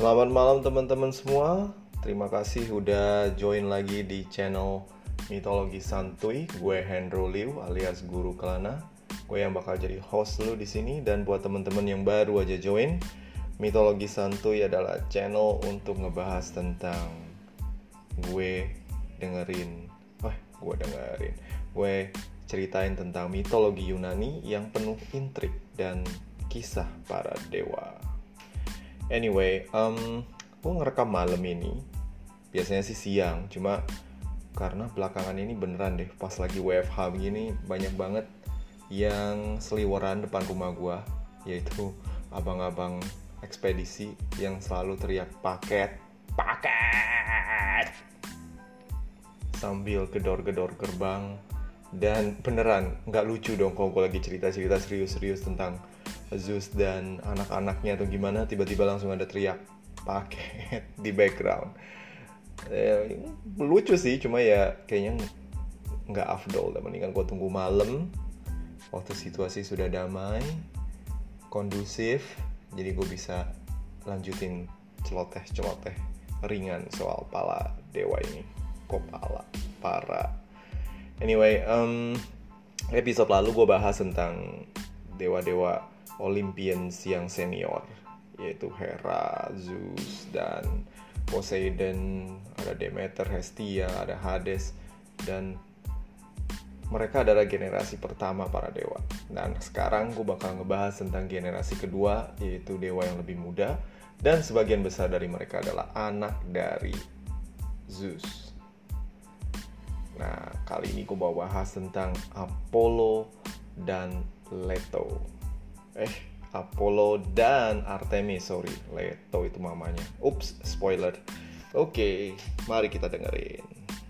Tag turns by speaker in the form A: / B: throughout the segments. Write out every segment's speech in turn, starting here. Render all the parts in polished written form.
A: Selamat malam teman-teman semua. Terima kasih udah join lagi di channel Mitologi Santuy. Gue Hendro Liu alias Guru Kelana. Gue yang bakal jadi host lu di sini. Dan buat teman-teman yang baru aja join, Mitologi Santuy adalah channel untuk ngebahas tentang gue dengerin gue ceritain tentang mitologi Yunani yang penuh intrik dan kisah para dewa. Anyway, gue ngerekam malam ini. Biasanya sih siang, cuma karena belakangan ini beneran deh, pas lagi WFH begini banyak banget yang seliweran depan rumah gue, yaitu abang-abang ekspedisi yang selalu teriak paket sambil gedor-gedor gerbang. Dan beneran gak lucu dong kalau gue lagi cerita-cerita serius-serius tentang Zeus dan anak-anaknya atau gimana, tiba-tiba langsung ada teriak paket di background. Lucu sih, cuma ya kayaknya gak afdol. Mendingan gue tunggu malam waktu situasi sudah damai, kondusif, jadi gue bisa lanjutin celoteh-celoteh ringan soal pala dewa ini. Kepala para. Anyway, episode lalu gue bahas tentang dewa-dewa Olympians yang senior, yaitu Hera, Zeus, dan Poseidon. Ada Demeter, Hestia, ada Hades, dan mereka adalah generasi pertama para dewa. Dan sekarang gue bakal ngebahas tentang generasi kedua, yaitu dewa yang lebih muda, dan sebagian besar dari mereka adalah anak dari Zeus. Nah, kali ini gue mau bahas tentang Apollo dan Leto. Apollo dan Artemis, Leto itu mamanya. Ups, spoiler. Oke, mari kita dengerin.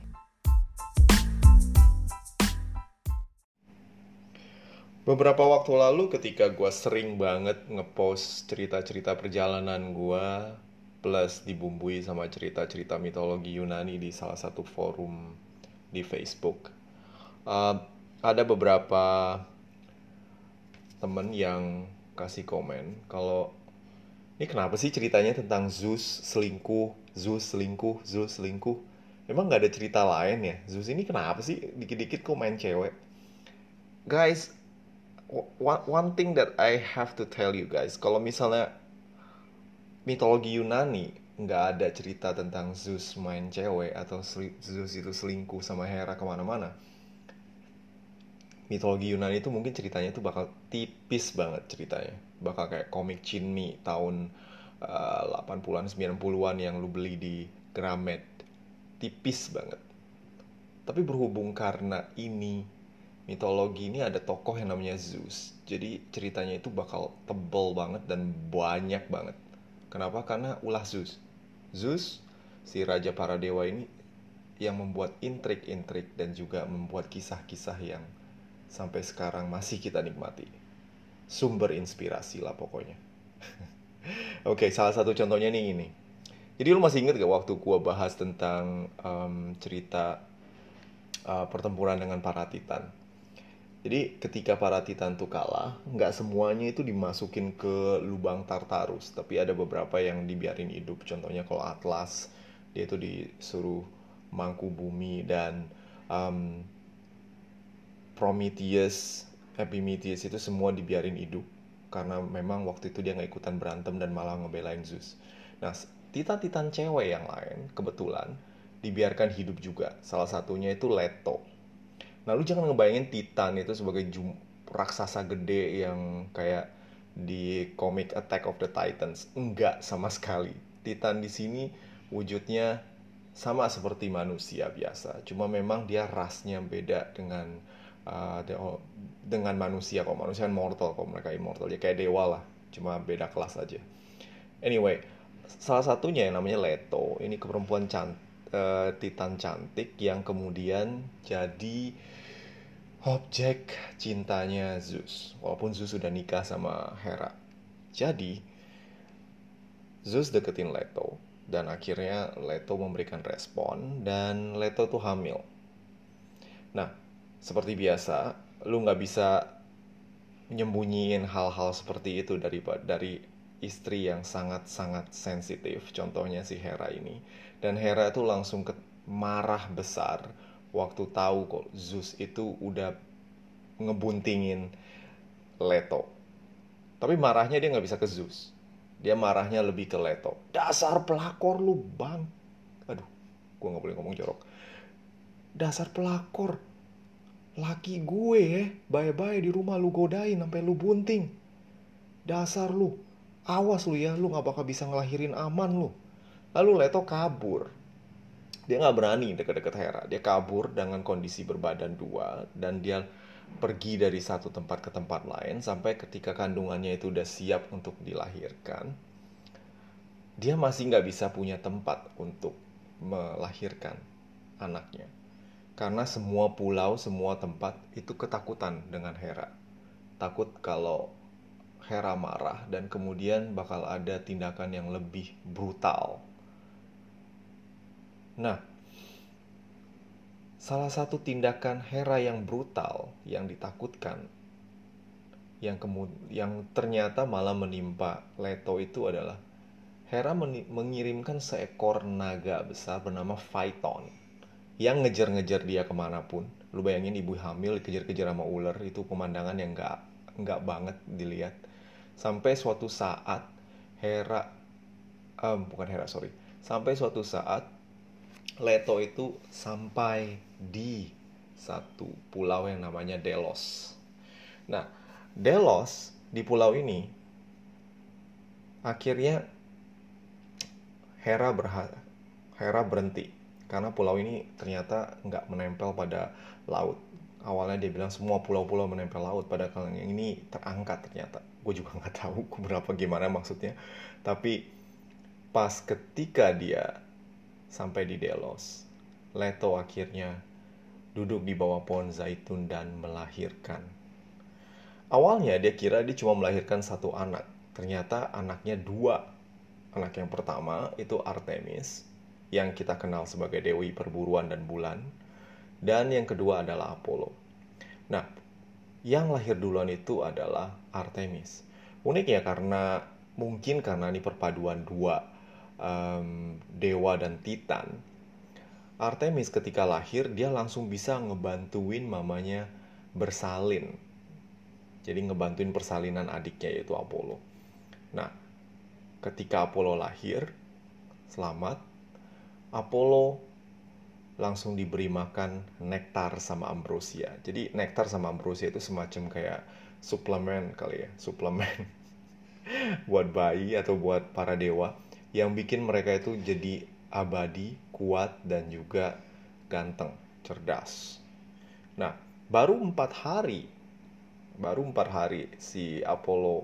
A: Beberapa waktu lalu ketika gue sering banget ngepost cerita-cerita perjalanan gue, plus dibumbui sama cerita-cerita mitologi Yunani di salah satu forum di Facebook, ada beberapa temen yang kasih komen kalau ini kenapa sih ceritanya tentang Zeus selingkuh. Emang gak ada cerita lain ya? Zeus ini kenapa sih dikit-dikit kok main cewek? Guys, one thing that I have to tell you guys, kalau misalnya mitologi Yunani nggak ada cerita tentang Zeus main cewek atau Zeus itu selingkuh sama Hera kemana-mana, mitologi Yunani itu mungkin ceritanya itu bakal tipis banget ceritanya. Bakal kayak komik Chinmi tahun 80-an, 90-an yang lu beli di Gramet. Tipis banget. Tapi berhubung karena ini mitologi ini ada tokoh yang namanya Zeus, jadi ceritanya itu bakal tebel banget dan banyak banget. Kenapa? Karena ulah Zeus. Zeus, si raja para dewa ini, yang membuat intrik-intrik dan juga membuat kisah-kisah yang sampai sekarang masih kita nikmati. Sumber inspirasi lah pokoknya. Oke, salah satu contohnya nih ini. Jadi lu masih inget gak waktu gua bahas tentang cerita pertempuran dengan para titan? Jadi ketika para titan tuh kalah, nggak semuanya itu dimasukin ke lubang Tartarus, tapi ada beberapa yang dibiarin hidup. Contohnya kalau Atlas, dia itu disuruh mangku bumi, dan Prometheus, Epimetheus itu semua dibiarin hidup karena memang waktu itu dia nggak ikutan berantem dan malah ngebelain Zeus. Nah, titan-titan cewek yang lain kebetulan dibiarkan hidup juga. Salah satunya itu Leto. Nah, lu jangan ngebayangin Titan itu sebagai raksasa gede yang kayak di komik Attack of the Titans. Enggak sama sekali. Titan di sini wujudnya sama seperti manusia biasa. Cuma memang dia rasnya beda dengan manusia. Kalau manusia kan mortal, kalau mereka immortal. Ya kayak dewa lah, cuma beda kelas aja. Anyway, salah satunya yang namanya Leto. Ini perempuan Titan cantik yang kemudian jadi objek cintanya Zeus, walaupun Zeus sudah nikah sama Hera. Jadi Zeus deketin Leto, dan akhirnya Leto memberikan respon dan Leto tuh hamil. Nah, seperti biasa, lu nggak bisa nyembunyiin hal-hal seperti itu dari istri yang sangat-sangat sensitif, contohnya si Hera ini. Dan Hera itu langsung marah besar waktu tahu kok Zeus itu udah ngebuntingin Leto. Tapi marahnya dia nggak bisa ke Zeus. Dia marahnya lebih ke Leto. Dasar pelakor lu bang. Aduh, gue nggak boleh ngomong jorok. Dasar pelakor. Laki gue ya, bye-bye di rumah lu godain sampai lu bunting. Dasar lu. Awas lu ya, lu nggak bakal bisa ngelahirin aman lu. Lalu Leto kabur. Dia nggak berani deket-deket Hera. Dia kabur dengan kondisi berbadan dua dan dia pergi dari satu tempat ke tempat lain sampai ketika kandungannya itu udah siap untuk dilahirkan. Dia masih nggak bisa punya tempat untuk melahirkan anaknya. Karena semua pulau, semua tempat itu ketakutan dengan Hera. Takut kalau Hera marah dan kemudian bakal ada tindakan yang lebih brutal. Nah, salah satu tindakan Hera yang brutal, yang ditakutkan, yang ternyata malah menimpa Leto itu adalah Hera mengirimkan seekor naga besar bernama Phaeton yang ngejar-ngejar dia kemanapun. Lu bayangin ibu hamil dikejar-kejar sama ular, itu pemandangan yang nggak banget dilihat. Sampai suatu saat Hera, bukan Hera sorry, sampai suatu saat Leto itu sampai di satu pulau yang namanya Delos. Nah, Delos di pulau ini akhirnya Hera berhenti karena pulau ini ternyata nggak menempel pada laut. Awalnya dia bilang semua pulau-pulau menempel laut, padahal yang ini terangkat ternyata. Gue juga nggak tahu berapa gimana maksudnya. Tapi pas ketika dia sampai di Delos, Leto akhirnya duduk di bawah pohon zaitun dan melahirkan. Awalnya dia kira dia cuma melahirkan satu anak. Ternyata anaknya dua. Anak yang pertama itu Artemis, yang kita kenal sebagai dewi perburuan dan bulan. Dan yang kedua adalah Apollo. Nah, yang lahir duluan itu adalah Artemis. Unik ya, mungkin karena ini perpaduan dua dewa dan Titan. Artemis ketika lahir, dia langsung bisa ngebantuin mamanya bersalin. Jadi ngebantuin persalinan adiknya yaitu Apollo. Nah, ketika Apollo lahir, selamat, Apollo langsung diberi makan nektar sama ambrosia. Jadi nektar sama ambrosia itu semacam kayak suplemen kali ya, suplemen buat bayi atau buat para dewa yang bikin mereka itu jadi abadi, kuat, dan juga ganteng, cerdas. Nah, baru 4 hari si Apollo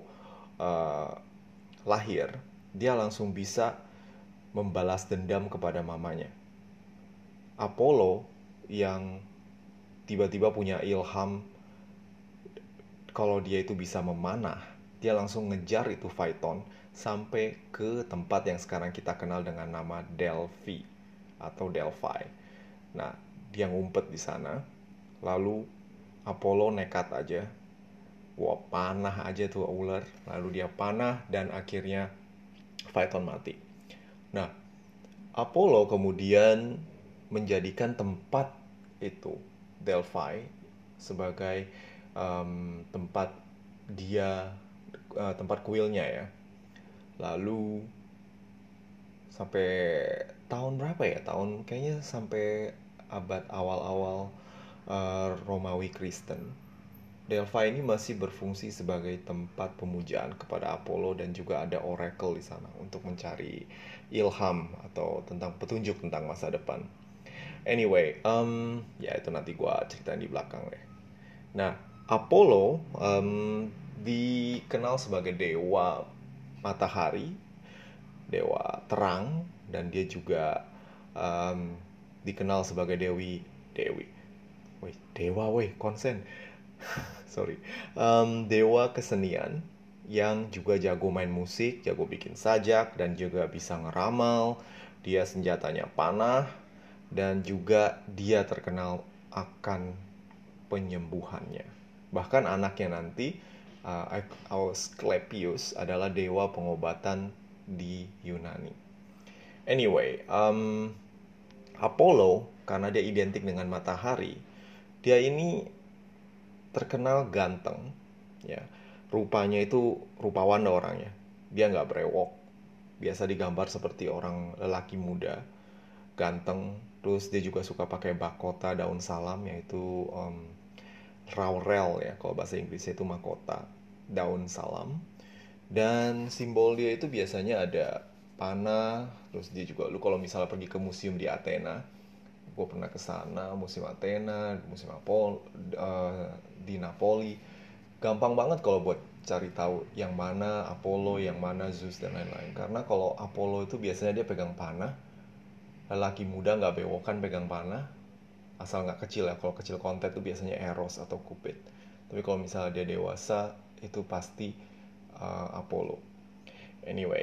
A: lahir, dia langsung bisa membalas dendam kepada mamanya. Apollo yang tiba-tiba punya ilham kalau dia itu bisa memanah, dia langsung ngejar itu Phaeton sampai ke tempat yang sekarang kita kenal dengan nama Delphi atau Delphi. Nah, dia ngumpet di sana. Lalu Apollo nekat aja, wah panah aja tuh ular. Lalu dia panah dan akhirnya Phaeton mati. Nah, Apollo kemudian menjadikan tempat itu Delphi sebagai tempat dia tempat kuilnya ya. Lalu sampai tahun berapa ya? Kayaknya sampai abad awal-awal Romawi Kristen. Delphi ini masih berfungsi sebagai tempat pemujaan kepada Apollo dan juga ada oracle di sana untuk mencari ilham atau tentang petunjuk tentang masa depan. Anyway, ya itu nanti gue ceritain di belakang deh. Nah, Apollo dikenal sebagai dewa matahari, dewa terang, dan dia juga dikenal sebagai konsen. Sorry. Dewa kesenian yang juga jago main musik, jago bikin sajak, dan juga bisa ngeramal. Dia senjatanya panah, dan juga dia terkenal akan penyembuhannya. Bahkan anaknya nanti Asklepios adalah dewa pengobatan di Yunani. Anyway, Apollo karena dia identik dengan matahari, dia ini terkenal ganteng, ya. Rupanya itu rupawan orangnya. Dia nggak brewok. Biasa digambar seperti orang lelaki muda, ganteng. Terus dia juga suka pakai mahkota daun salam, yaitu laurel ya. Kalau bahasa Inggrisnya itu mahkota daun salam. Dan simbol dia itu biasanya ada panah. Terus dia juga, lu kalau misalnya pergi ke museum di Athena, gue pernah ke sana, musim Athena, musim di Napoli. Gampang banget kalau buat cari tahu yang mana Apollo, yang mana Zeus dan lain-lain. Karena kalau Apollo itu biasanya dia pegang panah, lelaki muda nggak bewokan pegang panah, asal nggak kecil ya. Kalau kecil kontet itu biasanya Eros atau Cupid. Tapi kalau misalnya dia dewasa itu pasti Apollo. Anyway,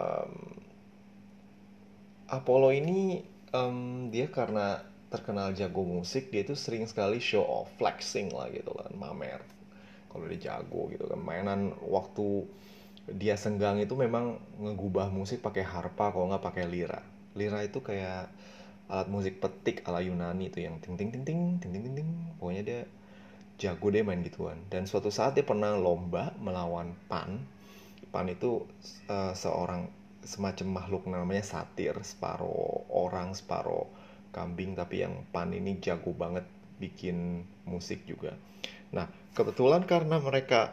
A: Apollo ini dia karena terkenal jago musik, dia itu sering sekali show off, flexing lah gitu kan, mamer. Kalau dia jago gitu kan, mainan waktu dia senggang itu memang ngegubah musik pakai harpa, kalau nggak pakai lira. Lira itu kayak alat musik petik ala Yunani itu yang ting ting ting ting ting ting ting ting. Pokoknya dia jago deh main gituan. Dan suatu saat dia pernah lomba melawan Pan. Pan itu seorang semacam makhluk namanya satir, separuh orang, separuh kambing, tapi yang Pan ini jago banget bikin musik juga. Nah, kebetulan karena mereka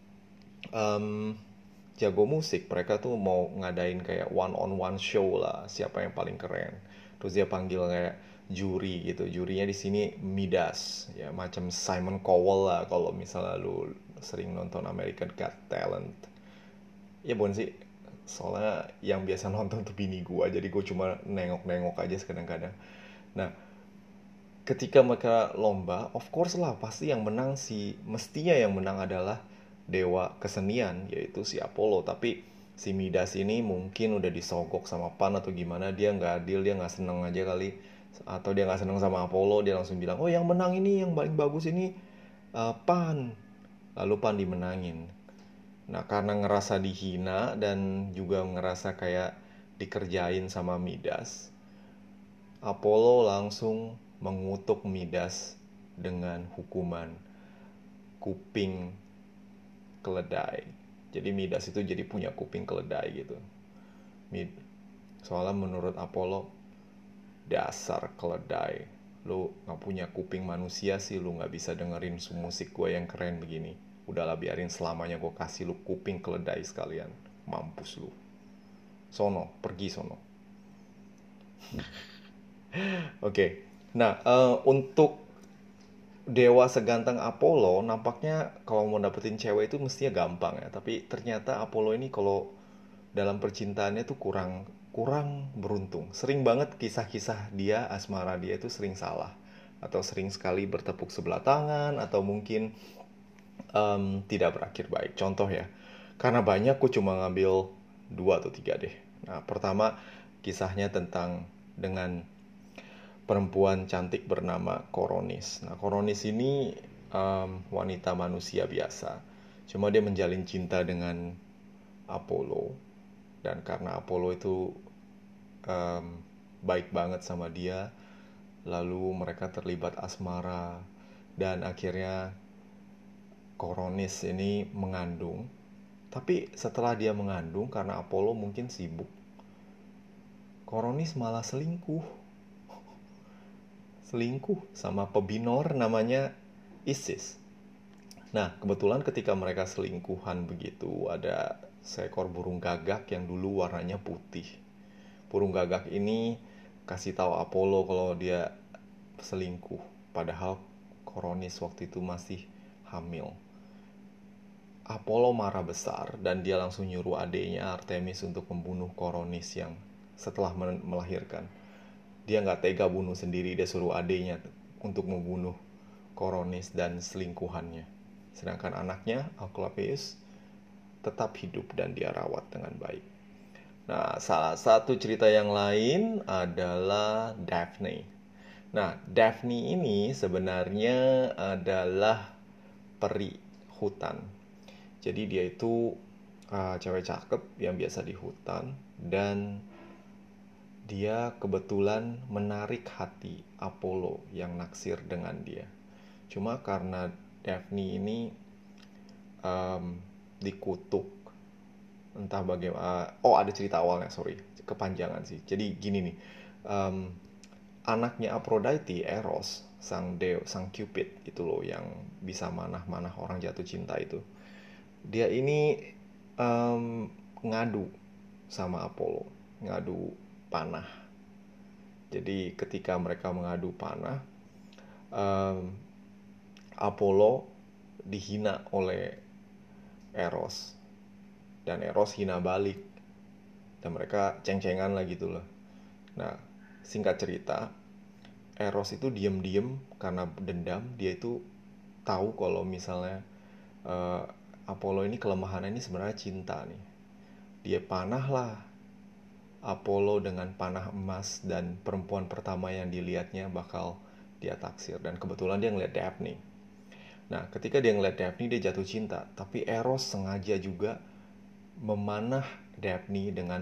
A: em, jago musik, mereka tuh mau ngadain kayak one on one show lah, siapa yang paling keren. Terus dia panggil kayak juri gitu. Jurinya di sini Midas, ya macam Simon Cowell lah kalau misalnya lu sering nonton American Got Talent. Ya bukan sih, soalnya yang biasa nonton tuh bini gua, jadi gue cuma nengok-nengok aja kadang-kadang. Nah, ketika mereka lomba, of course lah pasti yang menang mestinya yang menang adalah dewa kesenian, yaitu si Apollo. Tapi si Midas ini mungkin udah disogok sama Pan atau gimana, dia nggak adil, dia nggak seneng aja kali. Atau dia nggak seneng sama Apollo, dia langsung bilang, oh yang menang ini, yang paling bagus ini Pan. Lalu Pan dimenangin. Nah, karena ngerasa dihina dan juga ngerasa kayak dikerjain sama Midas, Apollo langsung mengutuk Midas dengan hukuman kuping keledai. Jadi Midas itu jadi punya kuping keledai gitu. Soalnya menurut Apollo, dasar keledai, lu gak punya kuping manusia sih, lu gak bisa dengerin musik gue yang keren begini. Udahlah biarin selamanya gue kasih lu kuping keledai sekalian. Mampus lu. Sono, pergi sono. Oke. Nah, untuk dewa seganteng Apollo, nampaknya kalau mau dapetin cewek itu mestinya gampang ya. Tapi ternyata Apollo ini kalau dalam percintaannya tuh kurang kurang beruntung. Sering banget kisah-kisah dia, asmara dia itu sering salah. Atau sering sekali bertepuk sebelah tangan, atau mungkin tidak berakhir baik. Contoh ya, karena banyak aku cuma ngambil 2 atau 3 deh. Nah, pertama kisahnya tentang dengan perempuan cantik bernama Koronis. Nah, Koronis ini wanita manusia biasa. Cuma dia menjalin cinta dengan Apollo. Dan karena Apollo itu baik banget sama dia, lalu mereka terlibat asmara. Dan akhirnya Koronis ini mengandung. Tapi setelah dia mengandung, karena Apollo mungkin sibuk, Koronis malah selingkuh sama pebinor namanya Isis. Nah, kebetulan ketika mereka selingkuhan begitu, ada seekor burung gagak yang dulu warnanya putih. Burung gagak ini kasih tahu Apollo kalau dia selingkuh, padahal Koronis waktu itu masih hamil. Apollo marah besar dan dia langsung nyuruh adiknya Artemis untuk membunuh Koronis yang setelah melahirkan. Dia nggak tega bunuh sendiri, dia suruh adiknya untuk membunuh Koronis dan selingkuhannya. Sedangkan anaknya Asclepius tetap hidup dan dia rawat dengan baik. Nah, salah satu cerita yang lain adalah Daphne. Nah, Daphne ini sebenarnya adalah peri hutan. Jadi dia itu cewek cakep yang biasa di hutan, dan dia kebetulan menarik hati Apollo yang naksir dengan dia. Cuma karena Daphne ini em, dikutuk, entah bagaimana. Oh, ada cerita awalnya, sorry, kepanjangan sih. Jadi gini nih, em, anaknya Aphrodite, Eros, sang Cupid itu loh, yang bisa manah-manah orang jatuh cinta itu. Dia ini em, ngadu sama Apollo, ngadu panah. Jadi ketika mereka mengadu panah, em, Apollo dihina oleh Eros, dan Eros hina balik, dan mereka ceng-cengan lah gitu lah. Nah, singkat cerita, Eros itu diem-diem karena dendam. Dia itu tahu kalau misalnya eh, Apollo ini kelemahannya ini sebenarnya cinta nih. Dia panah lah Apollo dengan panah emas, dan perempuan pertama yang dilihatnya bakal dia taksir. Dan kebetulan dia ngeliat Daphne. Nah, ketika dia ngeliat Daphne, dia jatuh cinta. Tapi Eros sengaja juga memanah Daphne dengan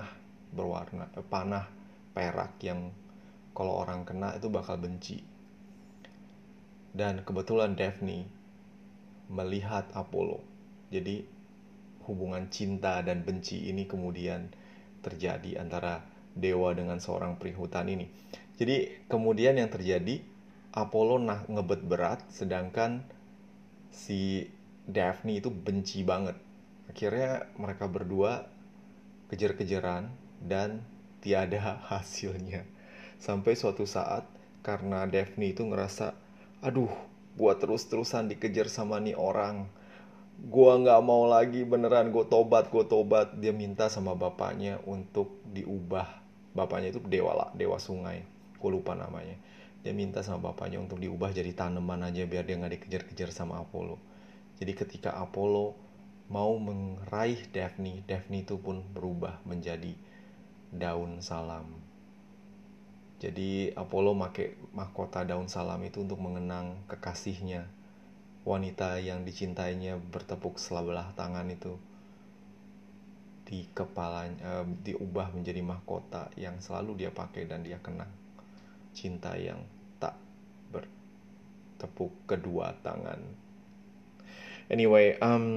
A: panah perak yang kalau orang kena itu bakal benci. Dan kebetulan Daphne melihat Apollo. Jadi hubungan cinta dan benci ini kemudian terjadi antara dewa dengan seorang perihutan ini. Jadi kemudian yang terjadi, Apollo ngebet berat, sedangkan si Daphne itu benci banget. Akhirnya mereka berdua kejar-kejaran dan tiada hasilnya. Sampai suatu saat, karena Daphne itu ngerasa, aduh, gua terus-terusan dikejar sama nih orang, gua nggak mau lagi, beneran, gue tobat. Dia minta sama bapaknya untuk diubah. Bapaknya itu dewa lah, dewa sungai, gue lupa namanya. Dia minta sama bapaknya untuk diubah jadi tanaman aja biar dia nggak dikejar-kejar sama Apollo. Jadi ketika Apollo mau meraih Daphne, Daphne itu pun berubah menjadi daun salam. Jadi Apollo pakai mahkota daun salam itu untuk mengenang kekasihnya, wanita yang dicintainya bertepuk sebelah tangan itu, di kepalanya, diubah menjadi mahkota yang selalu dia pakai dan dia kenang. Cinta yang tak bertepuk kedua tangan. Anyway,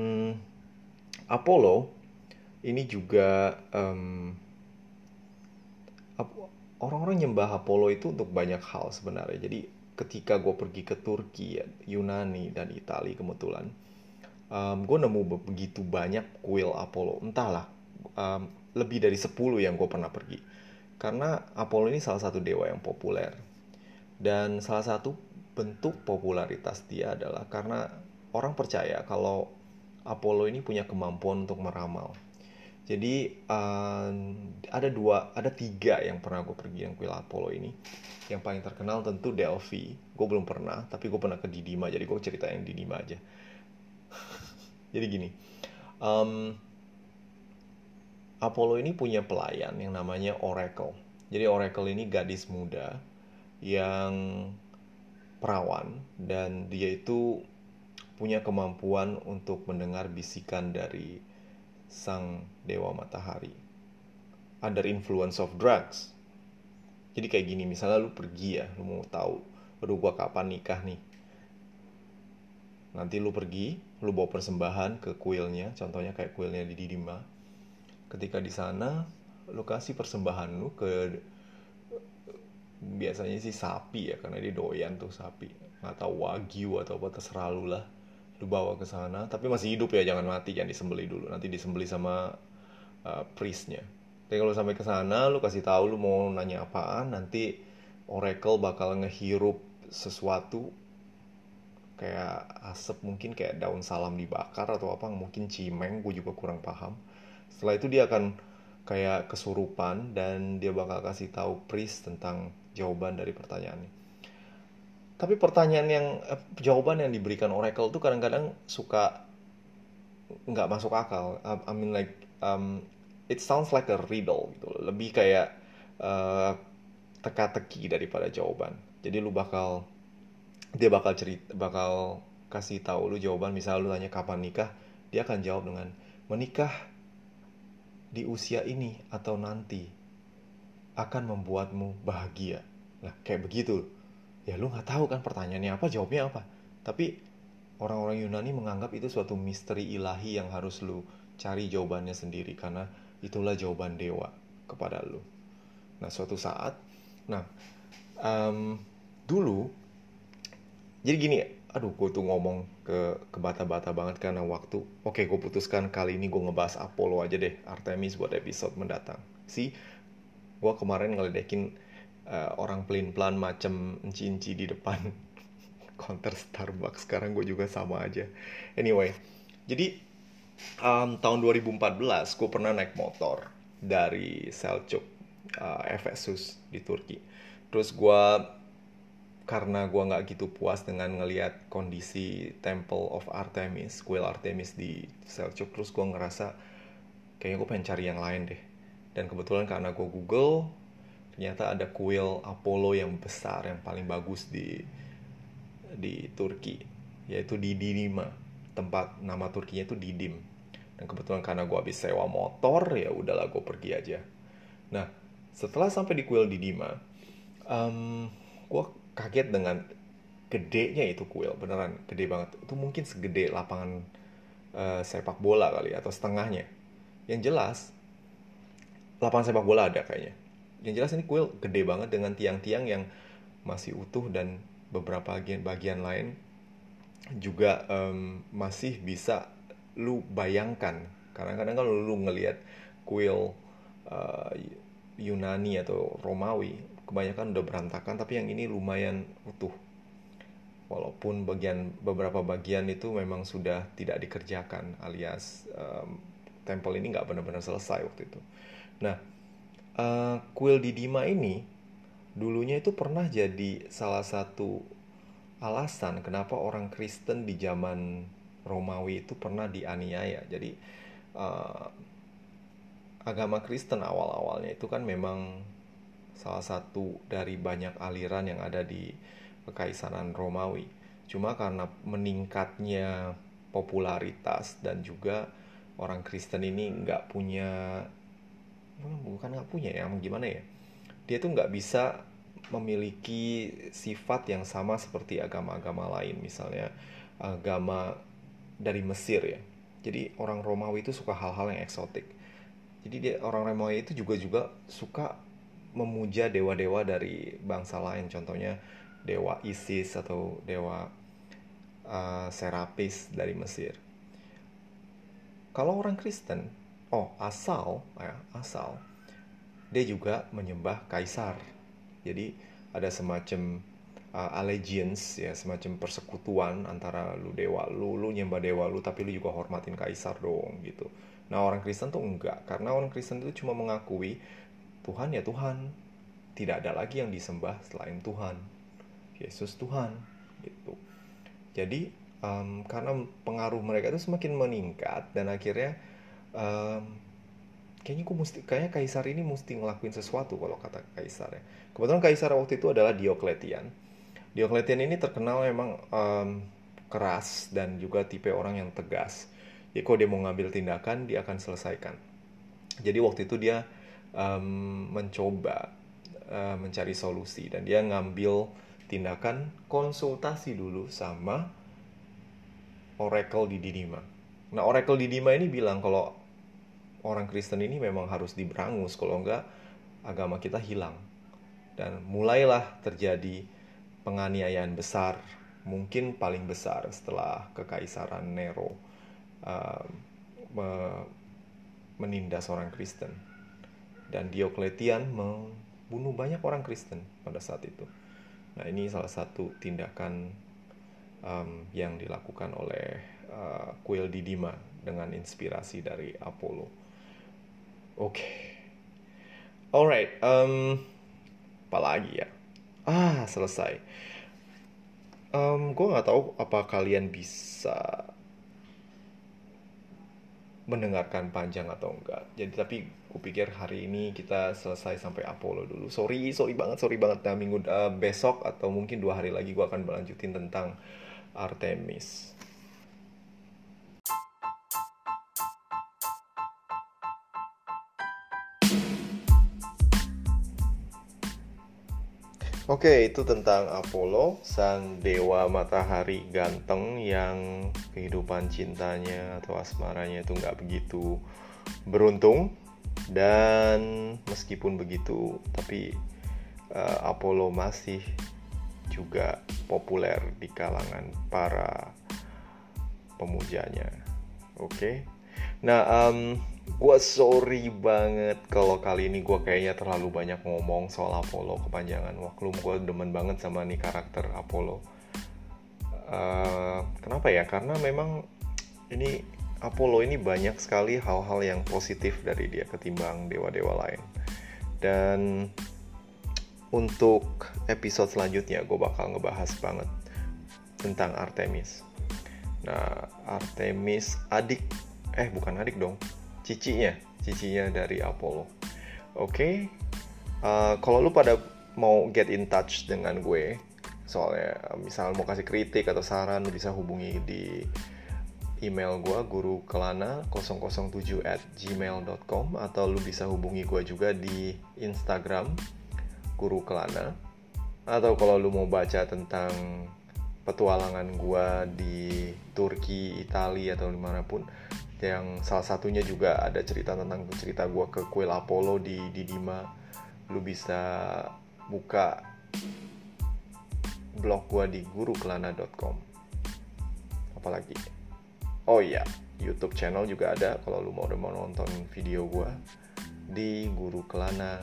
A: Apollo ini juga orang-orang nyembah Apollo itu untuk banyak hal sebenarnya. Jadi ketika gue pergi ke Turki, Yunani, dan Italia kebetulan, gue nemu begitu banyak kuil Apollo. Entahlah, lebih dari 10 yang gue pernah pergi. Karena Apollo ini salah satu dewa yang populer. Dan salah satu bentuk popularitas dia adalah karena orang percaya kalau Apollo ini punya kemampuan untuk meramal. Jadi ada tiga yang pernah gue pergi yang kuil Apollo ini. Yang paling terkenal tentu Delphi. Gue belum pernah, tapi gue pernah ke Didima, jadi gue cerita yang Didima aja. Jadi gini, um, Apollo ini punya pelayan yang namanya Oracle. Jadi Oracle ini gadis muda yang perawan, dan dia itu punya kemampuan untuk mendengar bisikan dari sang dewa matahari. Under influence of drugs. Jadi kayak gini, misalnya lu pergi ya, lu mau tahu, aduh gua kapan nikah nih. Nanti lu pergi, lu bawa persembahan ke kuilnya, contohnya kayak kuilnya di Didima. Ketika di sana, lu kasih persembahan lu ke, biasanya sih sapi ya, karena dia doyan tuh sapi. Nggak tahu wagyu atau apa, terserah lu lah. Lu bawa ke sana, tapi masih hidup ya, jangan mati, jangan disembeli dulu. Nanti disembeli sama priestnya. Tapi kalau sampai ke sana, lu kasih tahu lu mau nanya apaan, nanti Oracle bakal ngehirup sesuatu kayak asap, mungkin kayak daun salam dibakar atau apa, mungkin cimeng, gue juga kurang paham. Setelah itu dia akan kayak kesurupan, dan dia bakal kasih tahu priest tentang jawaban dari pertanyaannya. Tapi jawaban yang diberikan Oracle tuh kadang-kadang suka nggak masuk akal. I mean like, it sounds like a riddle gitu. Lebih kayak uh, teka-teki daripada jawaban. Jadi dia bakal kasih tahu lu jawaban. Misal lu tanya kapan nikah, Dia akan jawab dengan menikah di usia ini atau nanti akan membuatmu bahagia. Nah, kayak begitu. Ya lu nggak tahu kan pertanyaannya apa, jawabnya apa. Tapi orang-orang Yunani menganggap itu suatu misteri ilahi yang harus lu cari jawabannya sendiri, karena itulah jawaban dewa kepada lu. Nah, suatu saat, nah, em, dulu, jadi gini ya, aduh gue tuh ngomong ke bata-bata banget karena waktu. Oke, gue putuskan kali ini gue ngebahas Apollo aja deh, Artemis buat episode mendatang. Gue kemarin ngeledekin orang pelin-pelan macem enci-enci di depan counter Starbucks. Sekarang gue juga sama aja. Anyway, jadi tahun 2014 gue pernah naik motor dari Selçuk, Efesus di Turki. Terus gue, karena gue nggak gitu puas dengan ngelihat kondisi Temple of Artemis, kuil Artemis di Selçuk, terus gue ngerasa kayaknya gue pengen cari yang lain deh. Dan kebetulan karena gue Google, ternyata ada kuil Apollo yang besar, yang paling bagus di Turki, yaitu di Didima. Tempat nama Turkinya itu Didim. Dan kebetulan karena gue habis sewa motor, ya udahlah gue pergi aja. Nah, setelah sampai di kuil Didima, gue kaget dengan gedenya itu kuil, beneran gede banget. Itu mungkin segede lapangan sepak bola kali, atau setengahnya. Yang jelas, lapangan sepak bola ada kayaknya. Yang jelas ini kuil gede banget dengan tiang-tiang yang masih utuh, dan beberapa bagian lain juga masih bisa lu bayangkan. Karena kadang kalau lu ngelihat kuil uh, Yunani atau Romawi, kebanyakan udah berantakan, tapi yang ini lumayan utuh. Walaupun beberapa bagian itu memang sudah tidak dikerjakan, alias tempel ini nggak benar-benar selesai waktu itu. Nah, kuil Didima ini dulunya itu pernah jadi salah satu alasan kenapa orang Kristen di zaman Romawi itu pernah dianiaya. Jadi uh, agama Kristen awal-awalnya itu kan memang salah satu dari banyak aliran yang ada di Kekaisaran Romawi. Cuma karena meningkatnya popularitas dan juga orang Kristen ini nggak punya, bukan nggak punya ya, gimana ya, dia tuh nggak bisa memiliki sifat yang sama seperti agama-agama lain, misalnya agama dari Mesir ya. Jadi orang Romawi itu suka hal-hal yang eksotik. Jadi orang Romawi itu juga suka memuja dewa-dewa dari bangsa lain, contohnya dewa Isis atau dewa Serapis dari Mesir. Kalau orang Kristen, asal dia juga menyembah kaisar. Jadi ada semacam allegiance ya, semacam persekutuan antara lu nyembah dewa lu, tapi lu juga hormatin kaisar dong gitu. Nah, orang Kristen tuh enggak, karena orang Kristen itu cuma mengakui Tuhan ya Tuhan, tidak ada lagi yang disembah selain Tuhan, Yesus Tuhan gitu. Jadi karena pengaruh mereka itu semakin meningkat, dan akhirnya um, kayaknya kaisar ini mesti ngelakuin sesuatu. Kalau kata kaisar ya, kebetulan kaisar waktu itu adalah Diocletian. Diocletian ini terkenal memang keras dan juga tipe orang yang tegas. Jadi kalau dia mau ngambil tindakan, dia akan selesaikan. Jadi waktu itu dia mencoba mencari solusi, dan dia ngambil tindakan konsultasi dulu sama Oracle di Didima. Nah, Oracle di Didima ini bilang kalau orang Kristen ini memang harus diberangus, kalau enggak agama kita hilang. Dan mulailah terjadi penganiayaan besar, mungkin paling besar setelah Kekaisaran Nero uh, menindas orang Kristen. Dan Diocletian membunuh banyak orang Kristen pada saat itu. Nah, ini salah satu tindakan yang dilakukan oleh kuil Didima dengan inspirasi dari Apollo. Oke, alright. Apa lagi ya? Selesai. Gue nggak tahu apa kalian bisa mendengarkan panjang atau enggak. Jadi tapi kupikir hari ini kita selesai sampai Apollo dulu. Sorry banget. Nah, minggu besok atau mungkin 2 hari lagi gue akan melanjutin tentang Artemis. Oke, itu tentang Apollo, sang dewa matahari ganteng yang kehidupan cintanya atau asmaranya itu nggak begitu beruntung. Dan meskipun begitu, tapi Apollo masih juga populer di kalangan para pemujanya. Oke. Nah, gue sorry banget kalau kali ini gue kayaknya terlalu banyak ngomong soal Apollo kepanjangan. Waklum, gue demen banget sama nih karakter Apollo. Kenapa ya? Karena memang ini Apollo ini banyak sekali hal-hal yang positif dari dia ketimbang dewa-dewa lain. Dan untuk episode selanjutnya gue bakal ngebahas banget tentang Artemis. Nah, Artemis bukan adik dong, cicinya dari Apollo. Oke. Kalau lu pada mau get in touch dengan gue, soalnya misal mau kasih kritik atau saran, lu bisa hubungi di email gue gurukelana007@gmail.com, atau lu bisa hubungi gue juga di Instagram gurukelana. Atau kalau lu mau baca tentang petualangan gue di Turki, Italia, atau dimanapun, yang salah satunya juga ada cerita tentang cerita gue ke kuil Apollo di Dima, lu bisa buka blog gue di gurukelana.com. Apalagi, oh iya, YouTube channel juga ada kalau lu mau nonton video gue di Guru Kelana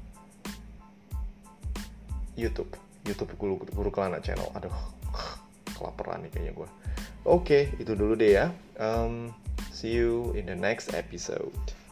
A: YouTube Guru Kelana channel. Aduh, kelaparan nih kayaknya gue. Oke, itu dulu deh ya. See you in the next episode.